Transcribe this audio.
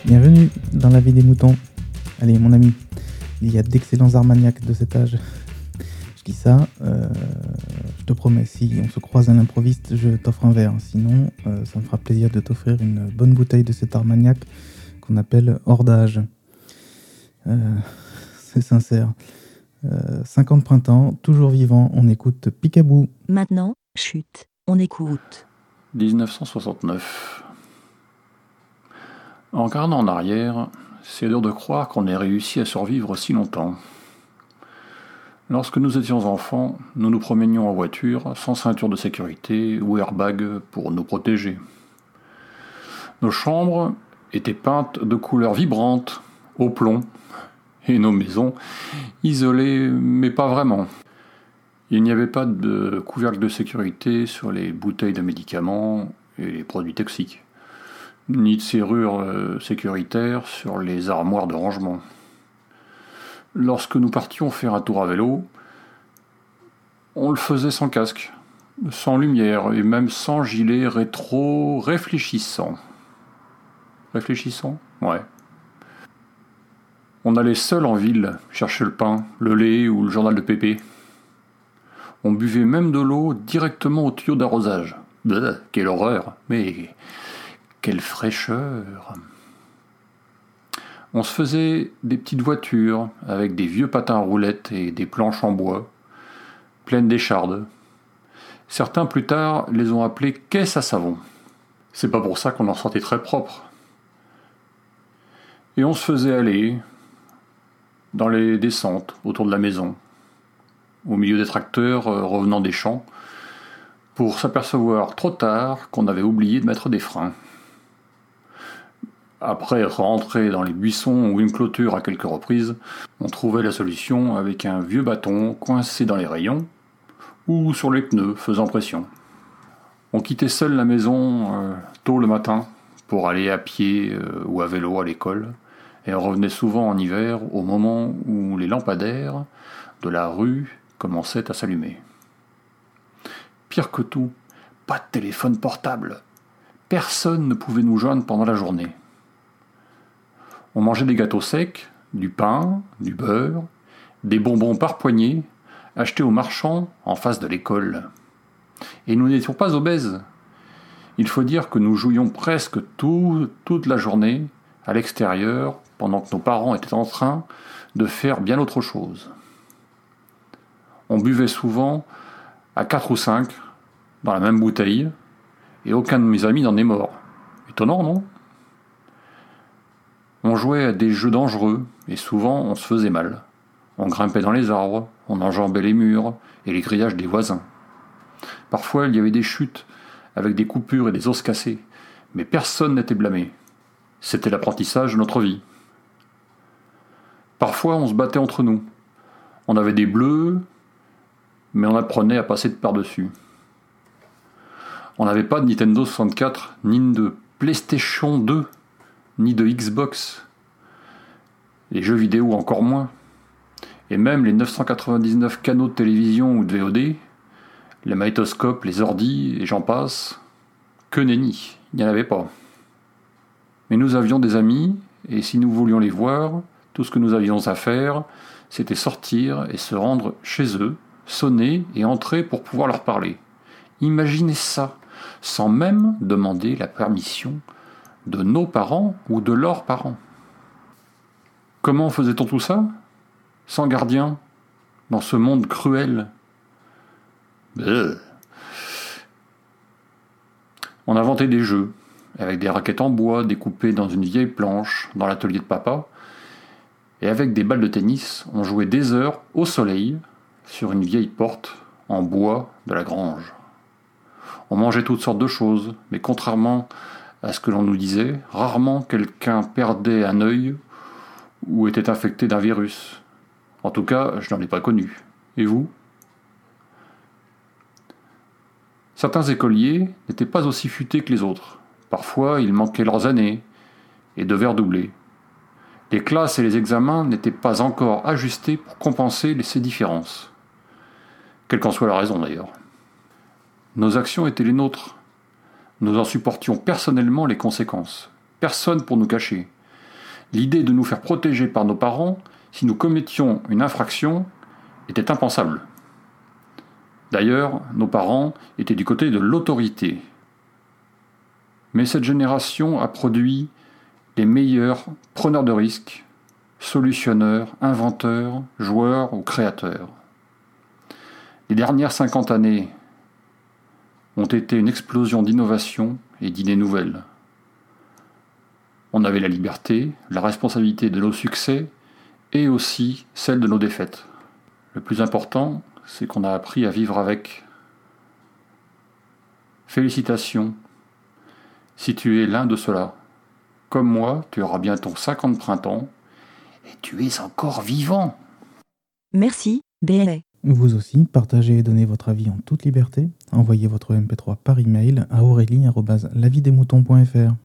Bienvenue dans la vie des moutons. Allez mon ami, il y a d'excellents armagnacs de cet âge. Je dis ça, je te promets, si on se croise à l'improviste, je t'offre un verre. Sinon, ça me fera plaisir de t'offrir une bonne bouteille de cet armagnac qu'on appelle hors d'âge. C'est sincère. 50 printemps, toujours vivant, on écoute Picaboo. Maintenant, chut, on écoute. 1969. En regardant en arrière, c'est dur de croire qu'on ait réussi à survivre si longtemps. Lorsque nous étions enfants, nous nous promenions en voiture sans ceinture de sécurité ou airbag pour nous protéger. Nos chambres étaient peintes de couleurs vibrantes, au plomb, et nos maisons isolées, mais pas vraiment. Il n'y avait pas de couvercle de sécurité sur les bouteilles de médicaments et les produits toxiques, ni de serrure sécuritaire sur les armoires de rangement. Lorsque nous partions faire un tour à vélo, on le faisait sans casque, sans lumière et même sans gilet réfléchissant. Réfléchissant ? Ouais. On allait seul en ville chercher le pain, le lait ou le journal de Pépé. On buvait même de l'eau directement au tuyau d'arrosage. Quelle horreur, mais quelle fraîcheur! On se faisait des petites voitures avec des vieux patins à roulettes et des planches en bois, pleines d'échardes. Certains plus tard les ont appelées caisses à savon. C'est pas pour ça qu'on en sortait très propre. Et on se faisait aller dans les descentes autour de la maison, au milieu des tracteurs revenant des champs, pour s'apercevoir trop tard qu'on avait oublié de mettre des freins. Après être rentré dans les buissons ou une clôture à quelques reprises, on trouvait la solution avec un vieux bâton coincé dans les rayons ou sur les pneus faisant pression. On quittait seul la maison tôt le matin pour aller à pied ou à vélo à l'école et on revenait souvent en hiver au moment où les lampadaires de la rue commençaient à s'allumer. Pire que tout, pas de téléphone portable. Personne ne pouvait nous joindre pendant la journée. On mangeait des gâteaux secs, du pain, du beurre, des bonbons par poignée, achetés aux marchands en face de l'école. Et nous n'étions pas obèses. Il faut dire que nous jouions presque toute la journée à l'extérieur pendant que nos parents étaient en train de faire bien autre chose. On buvait souvent à 4 ou 5 dans la même bouteille et aucun de mes amis n'en est mort. Étonnant, non ? On jouait à des jeux dangereux, et souvent on se faisait mal. On grimpait dans les arbres, on enjambait les murs et les grillages des voisins. Parfois il y avait des chutes, avec des coupures et des os cassés, mais personne n'était blâmé. C'était l'apprentissage de notre vie. Parfois on se battait entre nous. On avait des bleus, mais on apprenait à passer de par-dessus. On n'avait pas de Nintendo 64, ni de PlayStation 2, ni de Xbox. Les jeux vidéo encore moins. Et même les 999 canaux de télévision ou de VOD, les magnétoscopes, les ordis, et j'en passe, que nenni, il n'y en avait pas. Mais nous avions des amis, et si nous voulions les voir, tout ce que nous avions à faire, c'était sortir et se rendre chez eux, sonner et entrer pour pouvoir leur parler. Imaginez ça, sans même demander la permission de nos parents ou de leurs parents. Comment faisait-on tout ça ? Sans gardien, dans ce monde cruel. On inventait des jeux, avec des raquettes en bois découpées dans une vieille planche dans l'atelier de papa, et avec des balles de tennis, on jouait des heures au soleil sur une vieille porte en bois de la grange. On mangeait toutes sortes de choses, mais contrairement à ce que l'on nous disait, rarement quelqu'un perdait un œil ou était infecté d'un virus. En tout cas, je n'en ai pas connu. Et vous ? Certains écoliers n'étaient pas aussi futés que les autres. Parfois, ils manquaient leurs années et devaient redoubler. Les classes et les examens n'étaient pas encore ajustés pour compenser ces différences. Quelle qu'en soit la raison d'ailleurs. Nos actions étaient les nôtres. Nous en supportions personnellement les conséquences. Personne pour nous cacher. L'idée de nous faire protéger par nos parents si nous commettions une infraction était impensable. D'ailleurs, nos parents étaient du côté de l'autorité. Mais cette génération a produit les meilleurs preneurs de risques, solutionneurs, inventeurs, joueurs ou créateurs. Les dernières 50 années ont été une explosion d'innovation et d'idées nouvelles. On avait la liberté, la responsabilité de nos succès et aussi celle de nos défaites. Le plus important, c'est qu'on a appris à vivre avec. Félicitations, si tu es l'un de ceux-là. Comme moi, tu auras bientôt 50 printemps et tu es encore vivant. Merci, BLA. Vous aussi, partagez et donnez votre avis en toute liberté. Envoyez votre MP3 par email à aurélie@lavidesmoutons.fr.